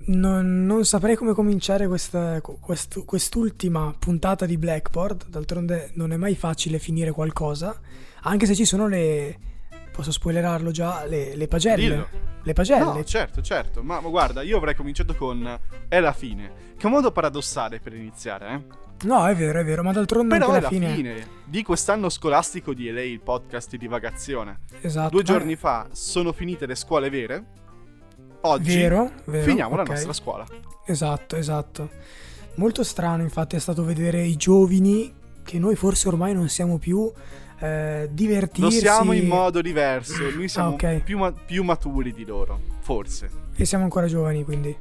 Non saprei come cominciare quest'ultima puntata di Blackboard. D'altronde non è mai facile finire qualcosa, anche se ci sono posso spoilerarlo già, le pagelle. Dillo. Le pagelle. No, certo. Ma guarda, io avrei cominciato con è la fine. Che modo paradossale per iniziare, eh? No, è vero, ma d'altronde Però anche è la la fine. fine di quest'anno scolastico di LA, il podcast di divagazione. Esatto. 2 giorni fa sono finite le scuole vere. Oggi Vero, finiamo la ok. nostra scuola. Esatto. Molto strano infatti è stato vedere i giovani, che noi forse ormai non siamo più, divertirsi. Lo siamo in modo diverso. Noi siamo ok. più maturi di loro, forse. E siamo ancora giovani, quindi.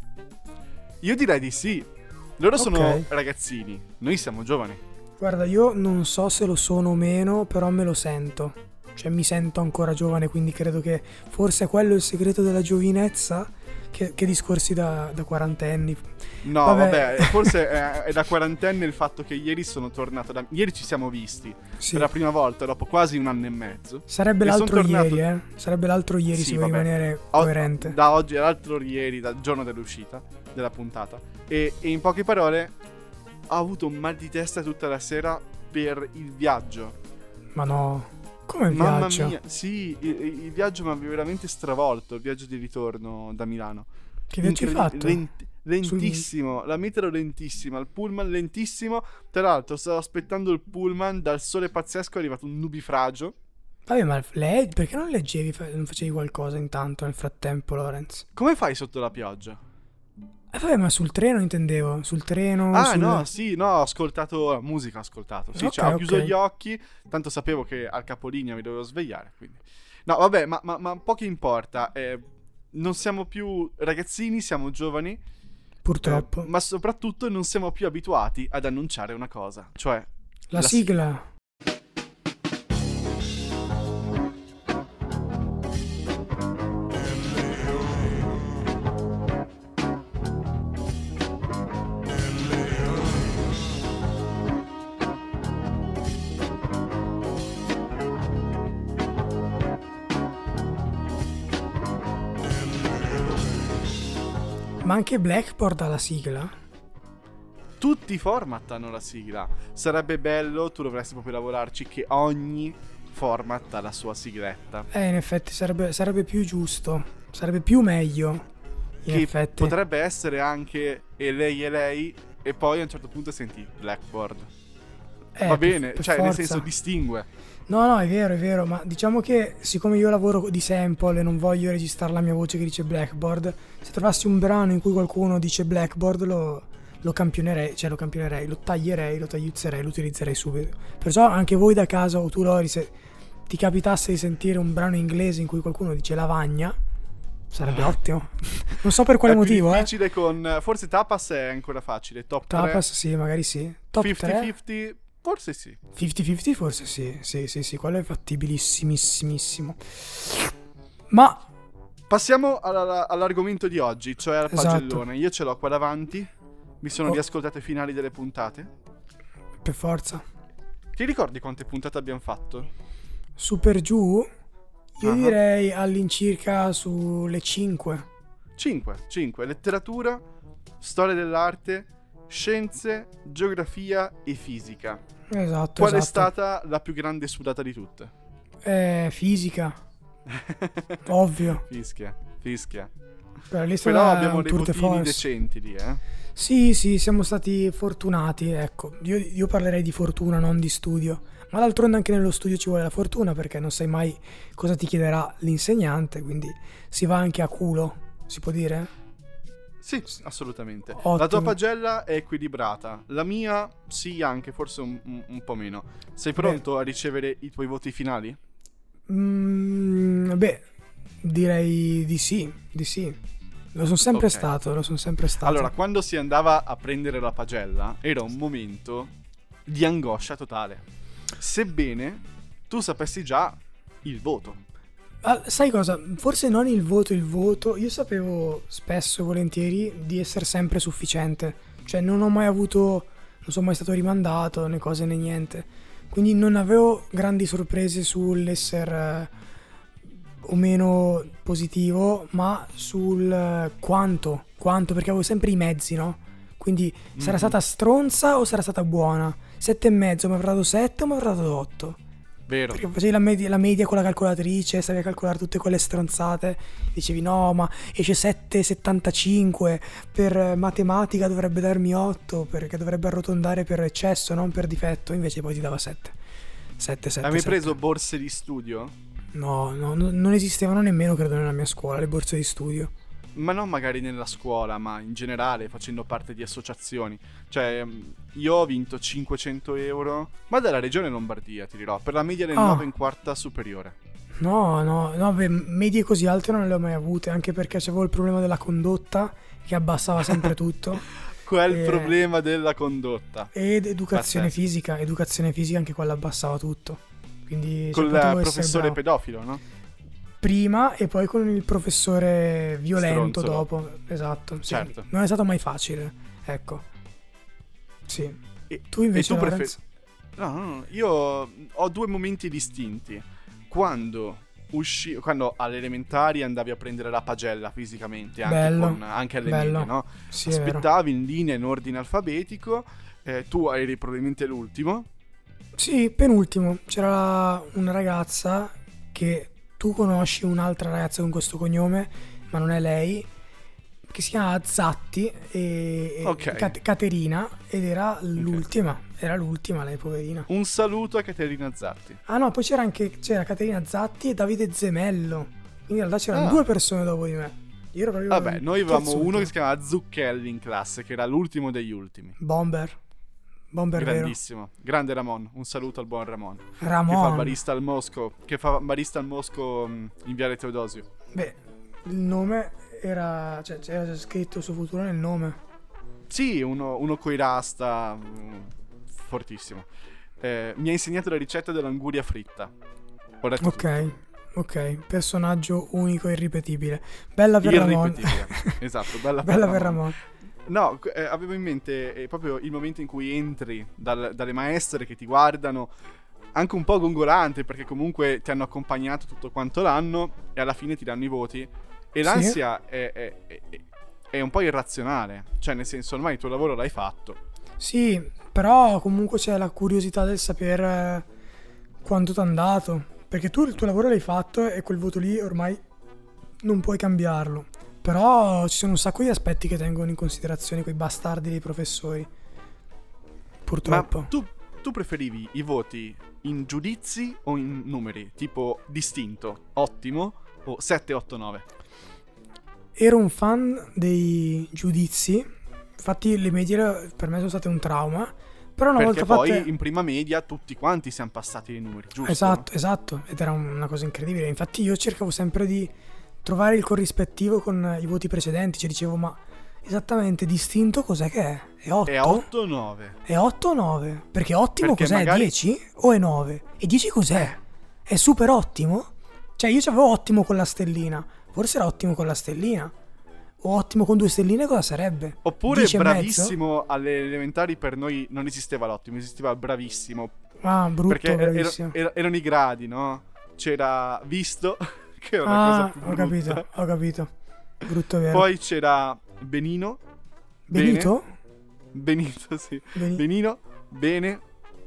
Io direi di sì. Loro sono Ok. ragazzini, noi siamo giovani. Guarda, io non so se lo sono o meno, però me lo sento. Cioè mi sento ancora giovane, quindi credo che forse è quello il segreto della giovinezza, che discorsi da quarantenni. No, vabbè, forse è da quarantenne il fatto che ieri sono tornato Ieri ci siamo visti Sì. per la prima volta dopo quasi 1 anno e mezzo. Sarebbe E son l'altro tornato- ieri, Sarebbe l'altro ieri, Sì, se vuoi vabbè. rimanere coerente. Da oggi è l'altro ieri, dal giorno dell'uscita della puntata. E in poche parole, ho avuto un mal di testa tutta la sera per il viaggio. Ma no, come il Mamma viaggio? mia, sì, il viaggio mi aveva veramente stravolto, il viaggio di ritorno da Milano. Che viaggio hai fatto? Lentissimo, la metro lentissima, il pullman lentissimo. Tra l'altro stavo aspettando il pullman, dal sole pazzesco è arrivato un nubifragio. Vabbè, ma perché non leggevi, non facevi qualcosa intanto nel frattempo, Lorenz? Come fai sotto la pioggia? Vabbè, ma sul treno intendevo, sul treno. Ah no, sì, no, ho ascoltato la musica, ho ascoltato. Sì, Ok, cioè, ho chiuso ok. gli occhi, tanto sapevo che al capolinea mi dovevo svegliare, quindi. No, vabbè, ma poco importa. Non siamo più ragazzini, siamo giovani. Purtroppo. Ma soprattutto non siamo più abituati ad annunciare una cosa, cioè La sigla. Ma anche Blackboard ha la sigla? Tutti i format hanno la sigla. Sarebbe bello, tu dovresti proprio lavorarci, che ogni format ha la sua sigletta. In effetti sarebbe più giusto, sarebbe più meglio. In Che effetti. potrebbe essere anche e lei, e poi a un certo punto senti Blackboard. Va bene, per cioè nel forza. senso distingue. No, è vero, ma diciamo che siccome io lavoro di sample e non voglio registrare la mia voce che dice Blackboard, se trovassi un brano in cui qualcuno dice Blackboard lo campionerei, lo taglierei, lo tagliuzzerei, lo utilizzerei subito. Perciò anche voi da casa o tu Lori, se ti capitasse di sentire un brano inglese in cui qualcuno dice lavagna, sarebbe ottimo. Non so per quale È più motivo, difficile con forse Tapas è ancora facile. Top 3, Tapas sì, magari sì. Top 3 50-50, forse sì. 50-50 forse sì, quello è fattibilissimissimo. Ma Passiamo all'argomento di oggi, cioè al Esatto. pagellone. Io ce l'ho qua davanti. Mi sono riascoltato i finali delle puntate. per forza. Ti ricordi quante puntate abbiamo fatto? Super giù? Io Ah. direi all'incirca sulle 5. 5. Letteratura, storia dell'arte, scienze, geografia e fisica. Esatto, Qual è esatto. stata la più grande sudata di tutte? Fisica, ovvio. Fischia. Però lì è Però stata abbiamo un dei tour de votini force. decenti lì, Sì, siamo stati fortunati, ecco. Io parlerei di fortuna, non di studio. Ma d'altronde anche nello studio ci vuole la fortuna, perché non sai mai cosa ti chiederà l'insegnante, quindi si va anche a culo, si può dire? Sì, assolutamente. Ottimo. La tua pagella è equilibrata. La mia, sì, anche, forse un po' meno. Sei pronto a ricevere i tuoi voti finali? Beh, direi di sì. Lo sono sempre Ok. stato. Allora, quando si andava a prendere la pagella, era un momento di angoscia totale. Sebbene tu sapessi già il voto. Sai cosa? Forse non il voto. Io sapevo spesso e volentieri di essere sempre sufficiente. Cioè non ho mai avuto, non sono mai stato rimandato né cose né niente. Quindi non avevo grandi sorprese sull'essere o meno positivo, ma sul quanto quanto, perché avevo sempre i mezzi, no? Quindi sarà stata stronza o sarà stata buona? 7,5, mi avrà dato 7 o mi avrà dato 8? Vero. Perché facevi la media con la calcolatrice, stavi a calcolare tutte quelle stronzate, dicevi no, ma esce 7,75, per matematica dovrebbe darmi 8, perché dovrebbe arrotondare per eccesso, non per difetto, invece poi ti dava 7. 7. Hai mai preso borse di studio? No, non esistevano nemmeno, credo, nella mia scuola, le borse di studio. Ma non magari nella scuola, ma in generale facendo parte di associazioni. Cioè, io ho vinto 500 euro, ma dalla regione Lombardia, ti dirò, per la media del 9 in quarta superiore. No, beh, medie così alte non le ho mai avute, anche perché c'avevo il problema della condotta, che abbassava sempre tutto. Qual è il problema della condotta? Ed educazione fisica anche quella abbassava tutto. Quindi Con il potevo essere professore bravo. pedofilo, no? Prima e poi con il professore violento Stronzo dopo. Esatto, sì. Certo. Non è stato mai facile, ecco. Sì. E Tu invece, tu Lorenz? No, io ho due momenti distinti. Quando alle elementari andavi a prendere la pagella fisicamente, anche alle medie, no? Sì, è vero. Aspettavi in linea in ordine alfabetico, tu eri probabilmente l'ultimo. Sì, penultimo. C'era una ragazza che tu conosci, un'altra ragazza con questo cognome, ma non è lei, che si chiama Zatti e Ok. Caterina, ed era l'ultima. Era l'ultima lei, poverina. Un saluto a Caterina Zatti. Ah no, poi c'era Caterina Zatti e Davide Zemello. Quindi in realtà c'erano 2 persone dopo di me. Io ero proprio Vabbè, noi avevamo terzultimo. uno che si chiamava Zucchelli in classe, che era l'ultimo degli ultimi. Bomber vero. Grandissimo. Grande Ramon. Un saluto al buon Ramon. Ramon. Che fa barista al Mosco. In Viale Teodosio. Beh, il nome era... Cioè, c'era scritto il suo futuro nel nome. Sì, uno coi rasta. Fortissimo. Mi ha insegnato la ricetta dell'anguria fritta. Ho detto Ok, personaggio unico e irripetibile. Bella per Ramon. Esatto, bella per Ramon. No, avevo in mente proprio il momento in cui entri dalle maestre che ti guardano, anche un po' gongolante, perché comunque ti hanno accompagnato tutto quanto l'anno e alla fine ti danno i voti. E l'ansia è un po' irrazionale. Cioè, nel senso, ormai il tuo lavoro l'hai fatto. Sì, però comunque c'è la curiosità del sapere quanto t'ha dato. Perché tu il tuo lavoro l'hai fatto e quel voto lì ormai non puoi cambiarlo. Però ci sono un sacco di aspetti che tengono in considerazione quei bastardi dei professori. Purtroppo. Ma tu preferivi i voti in giudizi o in numeri? Tipo distinto, ottimo o 7, 8, 9? Ero un fan dei giudizi. Infatti le medie per me sono state un trauma. Però una Perché volta poi fatte... in prima media tutti quanti siamo passati ai numeri, giusto? Esatto. Ed era una cosa incredibile. Infatti io cercavo sempre di trovare il corrispettivo con i voti precedenti. Cioè dicevo, ma esattamente distinto cos'è che è? È 8? È 8 o 9? È 8 o 9? Perché ottimo Perché cos'è? magari... 10 o è 9? E 10 cos'è? È super ottimo? Cioè io c'avevo ottimo con la stellina. Forse era ottimo con la stellina. O ottimo con 2 stelline cosa sarebbe? Oppure 10 e bravissimo alle elementari per noi non esisteva l'ottimo, esisteva bravissimo. Ah, brutto, perché bravissimo. erano i gradi, no? C'era visto, che è una cosa più brutta. Ho capito. Brutto vero. Poi c'era Benino. Benito? Benito, sì. Benino, bene.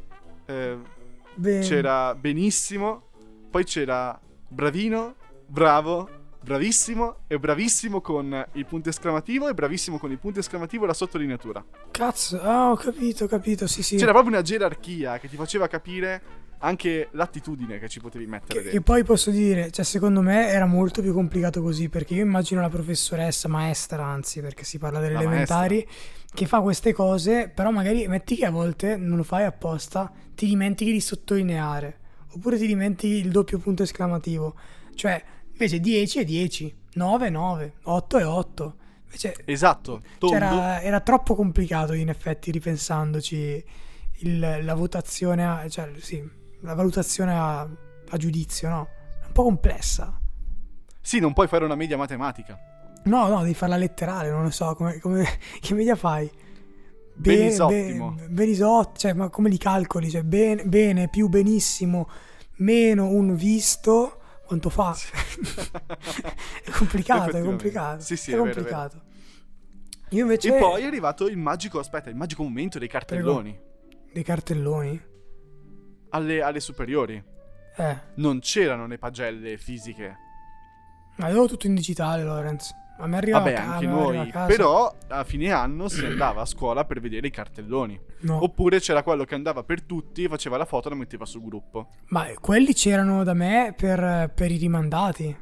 Bene. C'era benissimo. Poi c'era bravino, bravo, bravissimo e bravissimo con il punto esclamativo e bravissimo con il punto esclamativo e la sottolineatura. Cazzo, ho capito, sì. C'era proprio una gerarchia che ti faceva capire anche l'attitudine che ci potevi mettere dentro. E poi posso dire, cioè secondo me era molto più complicato così, perché io immagino la professoressa, maestra anzi, perché si parla delle elementari, che fa queste cose, però magari metti che a volte non lo fai apposta, ti dimentichi di sottolineare, oppure ti dimentichi il doppio punto esclamativo, cioè invece 10 è 10, 9 è 9, 8 è 8. Invece, esatto, tondo. Cioè era troppo complicato in effetti, ripensandoci, la votazione, la valutazione a giudizio, no? È un po' complessa. Sì, non puoi fare una media matematica. No, devi farla letterale, non lo so, che media fai? Benisottimo. Benisotto, cioè, ma come li calcoli? Cioè, bene più benissimo meno un visto, quanto fa? È complicato. Sì, È complicato. vero. Io invece... E poi è arrivato il magico momento dei cartelloni. Dei cartelloni? Alle superiori. Non c'erano le pagelle fisiche. Ma avevo tutto in digitale, Lorenz. A me arrivava Vabbè, anche noi. Però a fine anno si andava a scuola per vedere i cartelloni. No. Oppure c'era quello che andava per tutti, faceva la foto e la metteva sul gruppo. Ma quelli c'erano da me per i rimandati.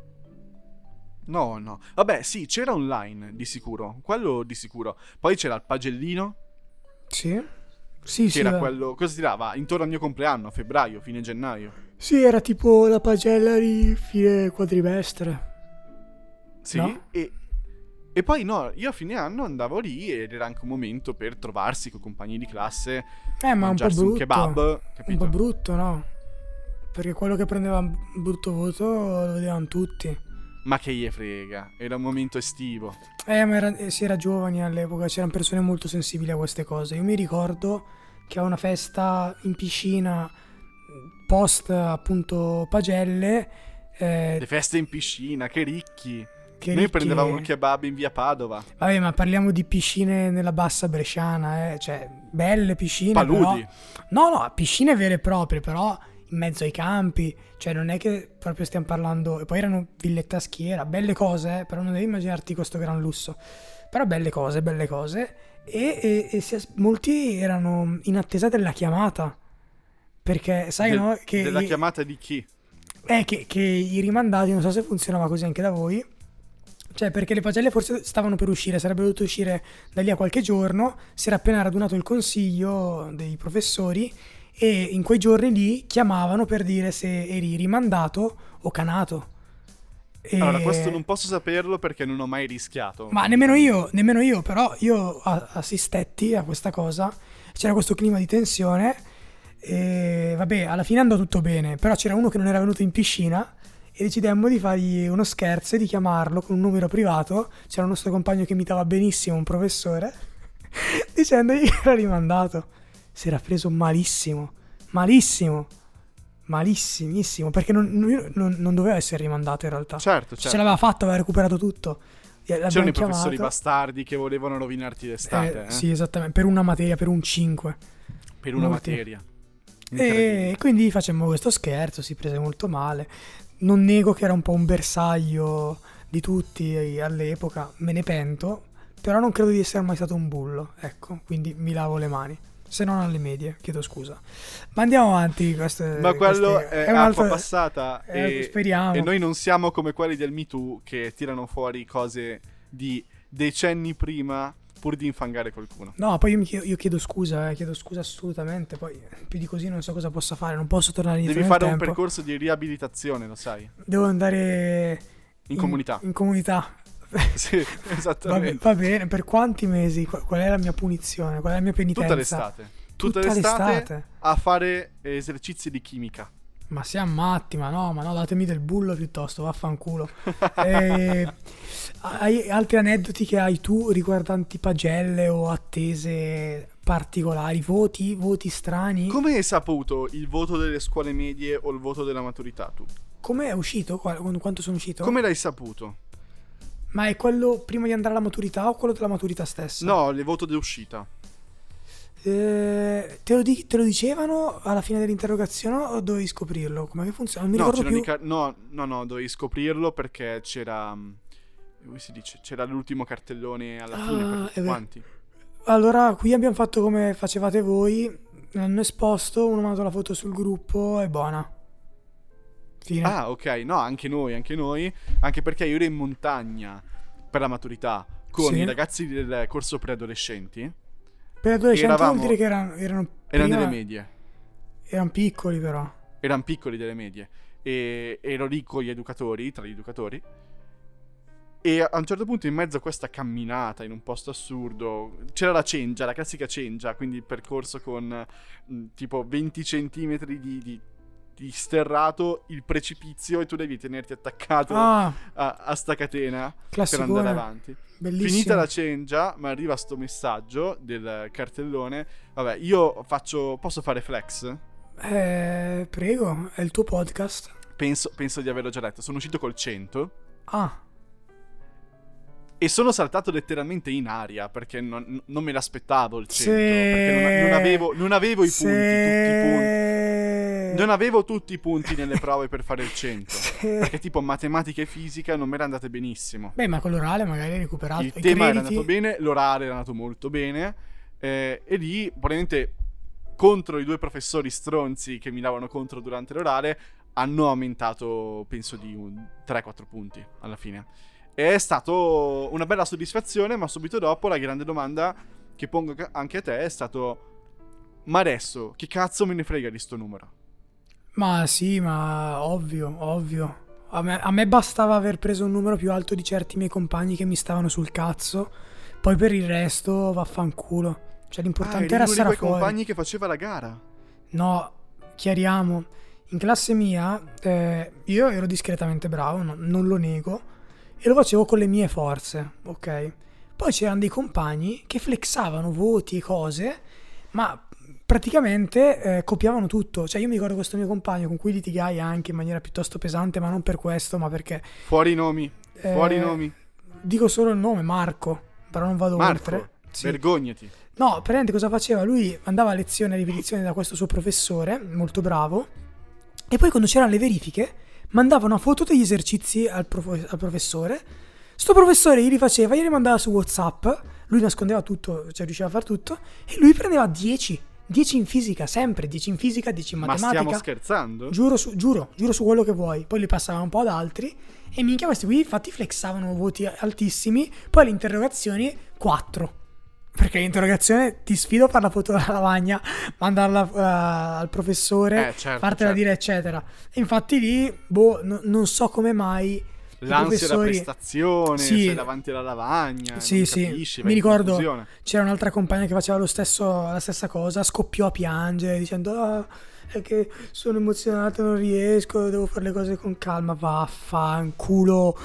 No. Vabbè, sì, c'era online, di sicuro. Quello di sicuro. Poi c'era il pagellino. Sì. Sì, che era quello... Cosa ti dava? Intorno al mio compleanno, febbraio, fine gennaio. Sì, era tipo la pagella di fine quadrimestre. Sì, no? E poi no, io a fine anno andavo lì ed era anche un momento per trovarsi con compagni di classe, ma un po' mangiarsi brutto. un kebab, capito? Un po' brutto, no? Perché quello che prendeva un brutto voto lo vedevano tutti. Ma che gli frega, era un momento estivo. Ma si era giovani all'epoca, c'erano persone molto sensibili a queste cose. Io mi ricordo che a una festa in piscina post appunto pagelle... Le feste in piscina, che ricchi. Noi ricchi. prendevamo il kebab in via Padova. Vabbè, ma parliamo di piscine nella bassa bresciana, cioè belle piscine. Paludi. Però... No, piscine vere e proprie, però in mezzo ai campi, cioè non è che proprio stiamo parlando. E poi erano villette a schiera, belle cose, però non devi immaginarti questo gran lusso. Però belle cose. E molti erano in attesa della chiamata. Perché sai, no? Che della chiamata di chi? Che i rimandati, non so se funzionava così anche da voi. Cioè, perché le pagelle forse stavano per uscire, sarebbe dovuto uscire da lì a qualche giorno, si era appena radunato il consiglio dei professori e in quei giorni lì chiamavano per dire se eri rimandato o canato. Allora, questo non posso saperlo perché non ho mai rischiato. Ma nemmeno io, però io assistetti a questa cosa, c'era questo clima di tensione e vabbè, alla fine andò tutto bene, però c'era uno che non era venuto in piscina e decidemmo di fargli uno scherzo e di chiamarlo con un numero privato. C'era un nostro compagno che imitava benissimo un professore dicendogli che era rimandato. Si era preso malissimissimo, perché non doveva essere rimandato in realtà. Certo. Ce l'aveva fatto, aveva recuperato tutto. C'erano i professori bastardi che volevano rovinarti l'estate. Sì, esattamente, per una materia, per un 5. Per una materia. E quindi facemmo questo scherzo, si prese molto male. Non nego che era un po' un bersaglio di tutti all'epoca, me ne pento, però non credo di essere mai stato un bullo, ecco, quindi mi lavo le mani. Se non alle medie, chiedo scusa. Ma andiamo avanti. Ma quello è acqua passata speriamo. E noi non siamo come quelli del Me Too che tirano fuori cose di decenni prima pur di infangare qualcuno. No, poi io chiedo scusa assolutamente. Poi più di così non so cosa possa fare. Non posso tornare indietro. Devi fare nel un tempo. percorso di riabilitazione, lo sai. Devo andare in comunità. In comunità. Sì, esattamente. Va bene, per quanti mesi? Qual è la mia punizione? Qual è la mia penitenza? Tutta l'estate a fare esercizi di chimica. Ma siamo matti, ma no, datemi del bullo piuttosto, vaffanculo. Hai altri aneddoti che hai tu riguardanti pagelle o attese particolari, voti strani? Come hai saputo il voto delle scuole medie o il voto della maturità tu? Come è uscito? Quanto sono uscito? Come l'hai saputo? Ma è quello prima di andare alla maturità o quello della maturità stessa? No, il voto d'uscita. Te lo dicevano alla fine dell'interrogazione o dovevi scoprirlo? Come funziona? Non mi ricordo più. No, dovevi scoprirlo perché c'era, come si dice, c'era l'ultimo cartellone alla fine per tutti quanti. Allora, qui abbiamo fatto come facevate voi, l'hanno esposto, uno ha mandato la foto sul gruppo, è buona. Fine. Ah, ok, no, anche noi, anche perché io ero in montagna per la maturità con i ragazzi del corso preadolescenti. Per adolescenti vuol dire che erano delle medie. Erano piccoli però. Erano piccoli delle medie. E ero lì con tra gli educatori. E a un certo punto in mezzo a questa camminata in un posto assurdo c'era la cengia, la classica cengia, quindi il percorso con tipo 20 centimetri di sterrato, il precipizio e tu devi tenerti attaccato a sta catena per andare avanti. Bellissimo. Finita la cengia mi arriva sto messaggio del cartellone. Vabbè, posso fare flex? Prego, è il tuo podcast. Penso di averlo già letto. Sono uscito col 100. E sono saltato letteralmente in aria perché non me l'aspettavo il 100, Sì. perché non avevo i Sì. punti, tutti i punti. Non avevo tutti i punti nelle prove per fare il 100. Sì. Perché tipo matematica e fisica non mi era andate benissimo. Beh, ma con l'orale magari hai recuperato Il i tema era crediti. andato bene, l'orale era andato molto bene. E lì, probabilmente, contro i 2 professori stronzi che mi davano contro durante l'orale, hanno aumentato, penso, di 3-4 punti alla fine. È stato una bella soddisfazione, ma subito dopo la grande domanda che pongo anche a te è stato: ma adesso, che cazzo me ne frega di sto numero? Ma sì, ma ovvio. A me bastava aver preso un numero più alto di certi miei compagni che mi stavano sul cazzo. Poi per il resto, vaffanculo. Cioè, l'importante eri era uno di stare quei fuori. compagni che faceva la gara. No, chiariamo. In classe mia, io ero discretamente bravo, non lo nego, e lo facevo con le mie forze, ok? Poi c'erano dei compagni che flexavano voti e cose, ma praticamente copiavano tutto. Cioè io mi ricordo questo mio compagno con cui litigai anche in maniera piuttosto pesante, ma non per questo, ma perché... Fuori i nomi. Fuori i nomi. Dico solo il nome, Marco, però non vado Marco, oltre. Sì. vergognati. No, praticamente cosa faceva? Lui andava a lezione e ripetizione da questo suo professore, molto bravo, e poi quando c'erano le verifiche mandava una foto degli esercizi al professore. Sto professore gli rifaceva, glieli mandava su WhatsApp, lui nascondeva tutto, cioè riusciva a fare tutto, e lui prendeva 10 in fisica, sempre 10 in fisica, 10 in Ma matematica. stiamo scherzando? Giuro su quello che vuoi. Poi li passava un po' ad altri, e minchia questi qui infatti flexavano voti altissimi. Poi le interrogazioni 4, perché l'interrogazione ti sfido a fare la foto della lavagna, mandarla al professore, certo, fartela dire eccetera. E infatti lì non so come mai i L'ansia da professori... prestazione, Sì. sei davanti alla lavagna, Sì, non sì, capisci, vai mi in ricordo confusione. c'era un'altra compagna che faceva la stessa cosa, scoppiò a piangere dicendo è che sono emozionato, non riesco, devo fare le cose con calma. Vaffanculo,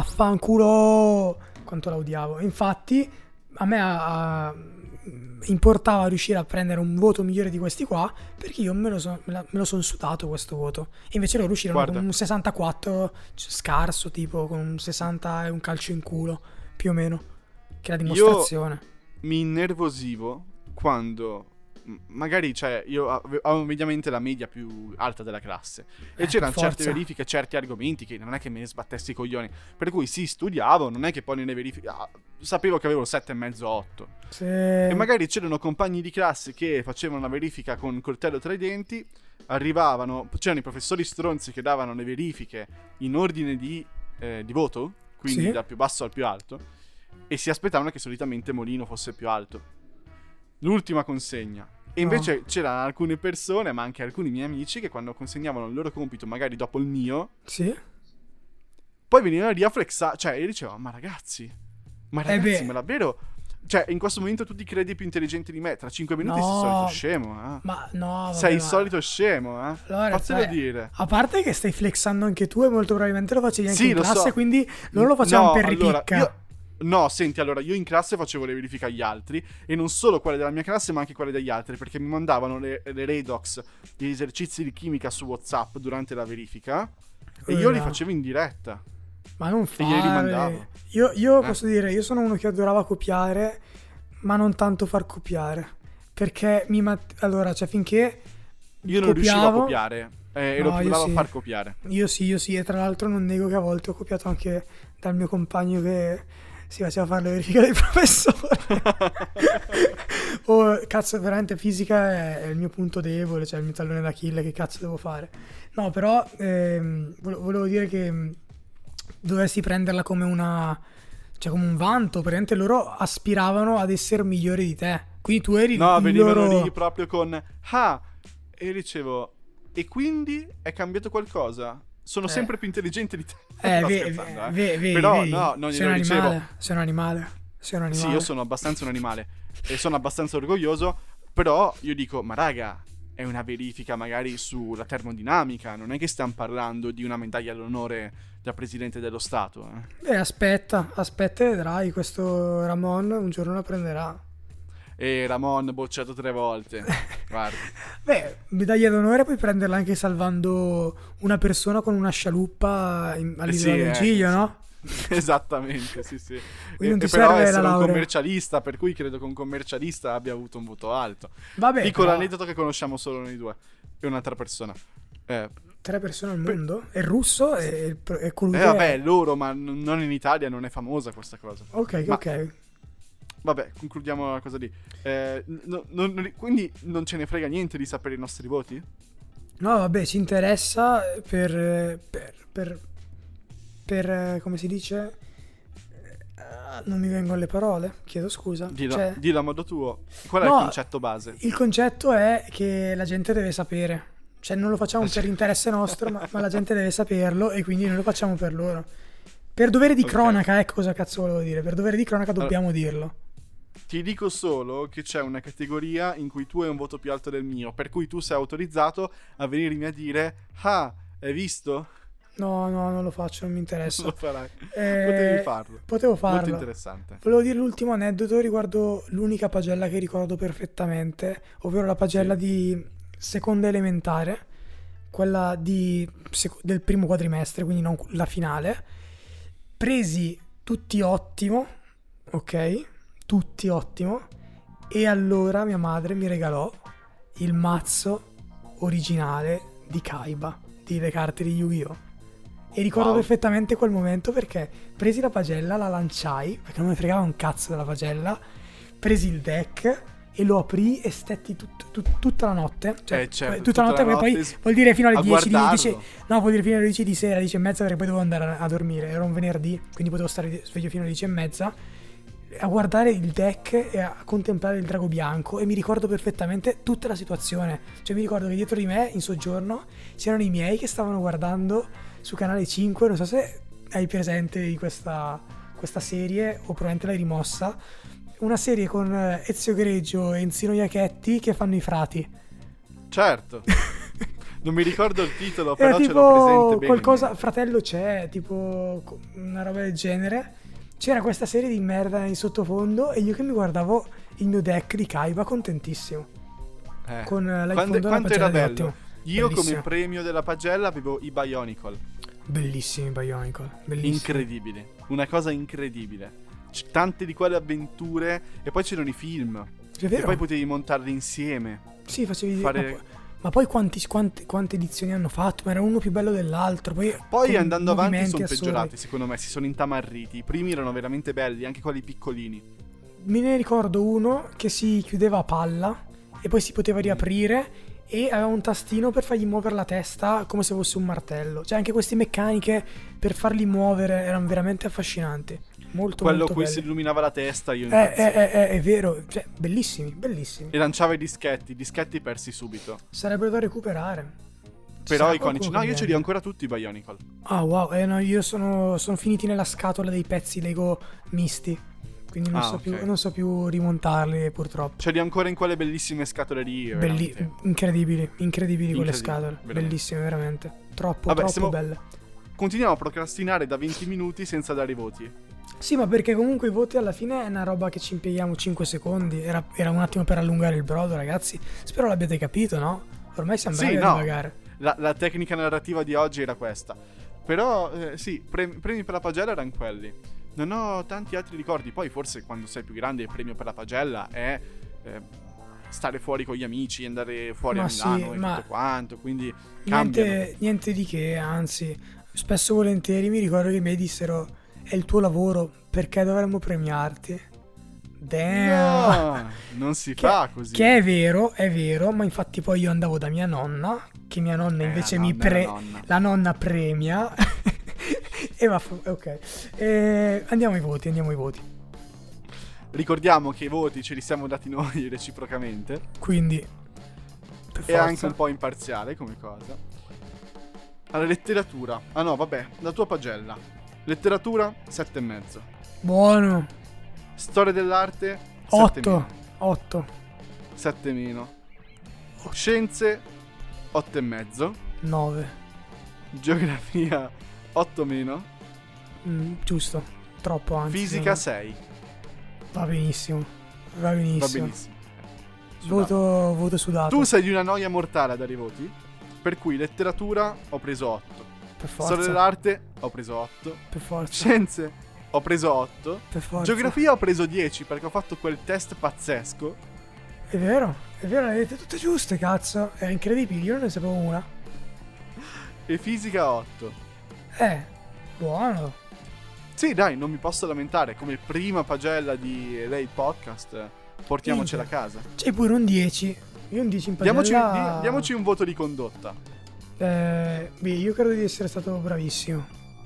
quanto la odiavo. Infatti a me importava riuscire a prendere un voto migliore di questi qua, perché io me lo sono sudato questo voto, e invece loro uscirono Guarda. con un 64 scarso, tipo con un 60 e un calcio in culo, più o meno, che è la dimostrazione. Mi innervosivo quando magari, cioè, io avevo mediamente la media più alta della classe e c'erano per certe forza. verifiche, certi argomenti che non è che me ne sbattessi i coglioni, per cui sì, studiavo, non è che poi nelle verifiche sapevo che avevo 7,5 8. Sì. E magari c'erano compagni di classe che facevano la verifica con il coltello tra i denti, c'erano i professori stronzi che davano le verifiche in ordine di voto, quindi Sì. dal più basso al più alto, e si aspettavano che solitamente Molino fosse più alto. L'ultima consegna. E invece c'erano alcune persone, ma anche alcuni miei amici, che quando consegnavano il loro compito, magari dopo il mio, Sì. poi venivano lì a flexare. Cioè, io dicevo, ma ragazzi, ma davvero? Cioè, in questo momento tu ti credi più intelligente di me. Tra 5 minuti sei il solito scemo, eh? Ma no, Sei il vabbè, solito scemo, eh? allora, Fazzelo dire. a parte che stai flexando anche tu, e molto probabilmente lo facevi anche Sì, in lo classe, so. quindi loro lo facevano No, per allora, ripicca. No, senti, allora, io in classe facevo le verifiche agli altri, e non solo quelle della mia classe, ma anche quelle degli altri, perché mi mandavano le redox, gli esercizi di chimica su WhatsApp durante la verifica, e io li facevo in diretta. Ma non E glieli mandavo. fare. Io posso dire, io sono uno che adorava copiare, ma non tanto far copiare. Perché allora, cioè, finché Io non riuscivo a copiavo... copiare, ero No, più io bravo sì. a far copiare. Io sì, e tra l'altro non nego che a volte ho copiato anche dal mio compagno che si faceva fare le verifiche dei professori. Cazzo, veramente fisica è il mio punto debole, cioè il mio tallone d'Achille, che cazzo devo fare? No, però volevo dire che dovresti prenderla come cioè come un vanto, praticamente loro aspiravano ad essere migliori di te. Quindi tu eri No, il venivano loro... lì proprio con e io dicevo, e quindi è cambiato qualcosa? Sono sempre più intelligente di te. Sto scherzando, Però vedi, no, non sei glielo un dicevo. animale, sei un animale. Sì, io sono abbastanza un animale e sono abbastanza orgoglioso, però io dico, ma raga, è una verifica magari sulla termodinamica, non è che stiamo parlando di una medaglia all'onore da presidente dello Stato, Beh, aspetta e vedrai, questo Ramon un giorno la prenderà. E Ramon bocciato 3 volte, guarda. Beh, medaglia d'onore puoi prenderla anche salvando una persona con una scialuppa all'isola del Giglio, sì. no? Esattamente, sì, sì. Quindi non ti però serve la essere un laurea. commercialista, per cui credo che un commercialista abbia avuto un voto alto. Vabbè, Piccolo però, aneddoto che conosciamo solo noi due e un'altra persona. 3 persone al mondo? È il russo e colui che Vabbè, loro, ma non in Italia, non è famosa questa cosa. Ok, Ma, ok. Vabbè, concludiamo la cosa lì. Quindi non ce ne frega niente di sapere i nostri voti? No, vabbè, ci interessa come si dice? Non mi vengono le parole, chiedo scusa. Dillo a modo tuo. Qual è il concetto base? Il concetto è che la gente deve sapere. Cioè, non lo facciamo per interesse nostro, ma la gente deve saperlo e quindi noi lo facciamo per loro. Per dovere di cronaca, ecco cosa cazzo volevo dire. Per dovere di cronaca dobbiamo dirlo. Ti dico solo che c'è una categoria in cui tu hai un voto più alto del mio, per cui tu sei autorizzato a venirmi a dire: ah, hai visto? No, non lo faccio, non mi interessa. Non lo farai. Potevi farlo. Potevo farlo. Molto interessante. Volevo dire l'ultimo aneddoto riguardo l'unica pagella che ricordo perfettamente, ovvero la pagella di seconda elementare, quella del primo quadrimestre, quindi non la finale. Presi tutti ottimo, ok? Tutti ottimo. E allora mia madre mi regalò il mazzo originale di Kaiba, le carte di Yu-Gi-Oh! E ricordo perfettamente quel momento perché presi la pagella, la lanciai, perché non mi fregava un cazzo della pagella, presi il deck e lo aprì e stetti tutta la notte. Cioè, tutta la notte, poi vuol dire fino alle 10 vuol dire fino alle 10 di sera, 10 e mezza, perché poi dovevo andare a dormire. Era un venerdì, quindi potevo stare sveglio fino alle 10 e mezza a guardare il deck e a contemplare il drago bianco, e mi ricordo perfettamente tutta la situazione. Cioè mi ricordo che dietro di me in soggiorno c'erano i miei che stavano guardando su Canale 5, non so se hai presente di questa serie o probabilmente l'hai rimossa, una serie con Ezio Greggio e Enzino Iacchetti che fanno i frati. Certo. Non mi ricordo il titolo, era però tipo ce l'ho presente bene. Qualcosa, Fratello c'è, tipo una roba del genere. C'era questa serie di merda in sottofondo e io che mi guardavo il mio deck di Kaiba contentissimo. Con l'iPhone quanto era bello. Ottimo. Io Bellissimo. come premio della pagella avevo i Bionicle. Bellissimi Bionicle, bellissimi. Incredibile, una cosa incredibile. Tante di quelle avventure, e poi c'erano i film. È vero. E poi potevi montarli insieme. Sì, facevi ma poi quante edizioni hanno fatto? Ma era uno più bello dell'altro. Poi andando avanti sono peggiorati, secondo me, si sono intamarriti. I primi erano veramente belli, anche quelli piccolini. Me ne ricordo uno che si chiudeva a palla e poi si poteva riaprire e aveva un tastino per fargli muovere la testa come se fosse un martello. Cioè anche queste meccaniche per farli muovere erano veramente affascinanti. Molto quello molto cui belli. si illuminava la testa, io è vero, cioè bellissimi. E lanciava i dischetti persi subito. Sarebbero da recuperare. Però iconici. No, io ce li ho ancora tutti i Bionicle. Ah wow, no, io sono finiti nella scatola dei pezzi Lego misti. Quindi non so più rimontarli, purtroppo. Ce li ho ancora in quelle bellissime scatole lì. Incredibili quelle scatole. Veramente. Bellissime, veramente. Troppo belle. Continuiamo a procrastinare da 20 minuti senza dare i voti. Sì, ma perché comunque i voti alla fine è una roba che ci impieghiamo 5 secondi. Era un attimo per allungare il brodo, ragazzi. Spero l'abbiate capito, no? Ormai siamo bravi a divagare. La tecnica narrativa di oggi era questa. Però, premi per la pagella erano quelli. Non ho tanti altri ricordi. Poi forse quando sei più grande il premio per la pagella è stare fuori con gli amici, andare fuori a Milano e tutto quanto. Quindi niente di che, anzi, spesso volentieri mi ricordo che i miei dissero: è il tuo lavoro, perché dovremmo premiarti? Damn. No, non si fa così. Che è vero, ma infatti poi io andavo da mia nonna, che mia nonna invece la nonna premia. E ok. Andiamo ai voti. Ricordiamo che i voti ce li siamo dati noi reciprocamente. Quindi è anche un po' imparziale come cosa. Alla letteratura. Ah no, vabbè, la tua pagella. Letteratura 7,5. Buono. Storia dell'arte 8. 7-. Scienze 8,5. 9. Geografia 8-. Giusto. Troppo anzi. Fisica 6. Va benissimo. Sudato. Voto sudato. Tu sei di una noia mortale a dare i voti, per cui letteratura ho preso 8. Per forza. Storia dell'arte ho preso 8. Per forza. Scienze ho preso 8. Per forza. Geografia ho preso 10 perché ho fatto quel test pazzesco. È vero, le avete tutte giuste, cazzo. È incredibile, io non ne sapevo una. E fisica 8. Buono. Sì, dai, non mi posso lamentare. Come prima pagella di lei podcast, portiamocela a casa. C'hai pure un 10. Io un 10 in pagella. Diamoci un voto di condotta. Io credo di essere stato bravissimo.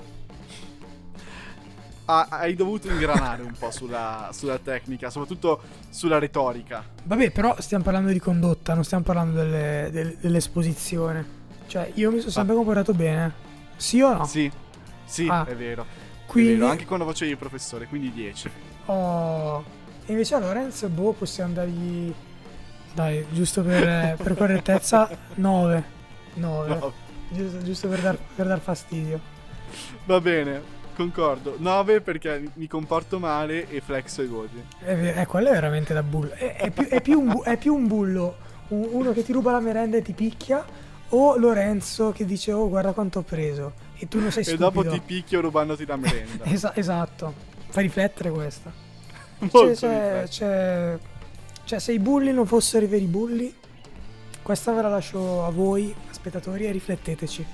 Hai dovuto ingranare un po' sulla tecnica, soprattutto sulla retorica. Vabbè, però stiamo parlando di condotta, non stiamo parlando dell'esposizione. Cioè, io mi sono sempre comportato bene. Sì o no? Sì, Ah, è vero. quindi- È vero, anche quando facevi il professore, quindi 10. Oh. E invece a Lorenz, possiamo dargli... Dai, giusto per correttezza, 9. 9. No. Giusto per dar fastidio. Va bene, concordo. 9 perché mi comporto male e flexo i voti. Quello è veramente da bullo. È più un bullo. Uno che ti ruba la merenda e ti picchia, o Lorenzo che dice oh guarda quanto ho preso e tu non sei E stupido. dopo ti picchio rubandoti la merenda. Esatto. Fa riflettere questa. Molto Cioè, se i bulli non fossero i veri bulli, questa ve la lascio a voi spettatori e rifletteteci.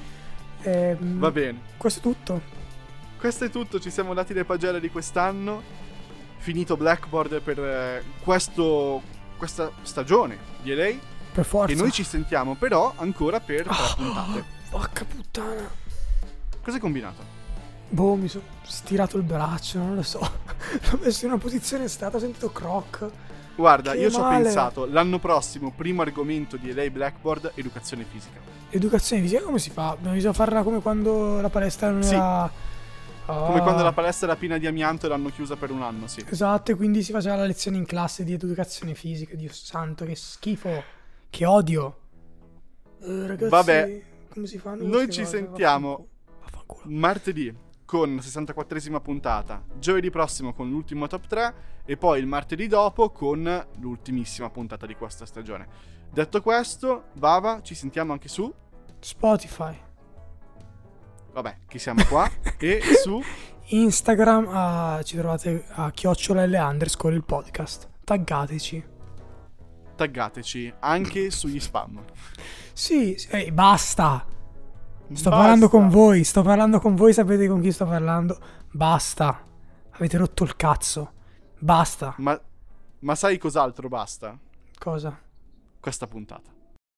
Va bene. Questo è tutto. Questo è tutto, ci siamo dati le pagelle di quest'anno. Finito Blackboard per questa stagione di LA. Per forza. E noi ci sentiamo però ancora per 3 puntate. Porca puttana. Cosa hai combinato? Mi sono stirato il braccio, non lo so. L'ho messo in una posizione strata, ho sentito croc. Guarda, Che io ci ho male. pensato, l'anno prossimo, primo argomento di LA Blackboard, educazione fisica. Educazione fisica come si fa? Bisogna farla come quando la palestra non Sì. era... Come quando la palestra era piena di amianto e l'hanno chiusa per un anno, sì. Esatto, e quindi si faceva la lezione in classe di educazione fisica. Dio santo, che schifo. Che odio. Ragazzi, Vabbè, come si fanno noi queste ci cose? sentiamo Vaffanculo. martedì con la 64esima puntata, giovedì prossimo con l'ultimo top 3 e poi il martedì dopo con l'ultimissima puntata di questa stagione. Detto questo, Vava, ci sentiamo anche su... Spotify. Vabbè, che siamo qua. E su... Instagram, ci trovate a @L_ il podcast. Taggateci. Taggateci anche sugli spam. Sì, basta. Sto Basta. parlando con voi, sapete con chi sto parlando. Basta. Avete rotto il cazzo. Basta. Ma sai cos'altro basta? Cosa? Questa puntata.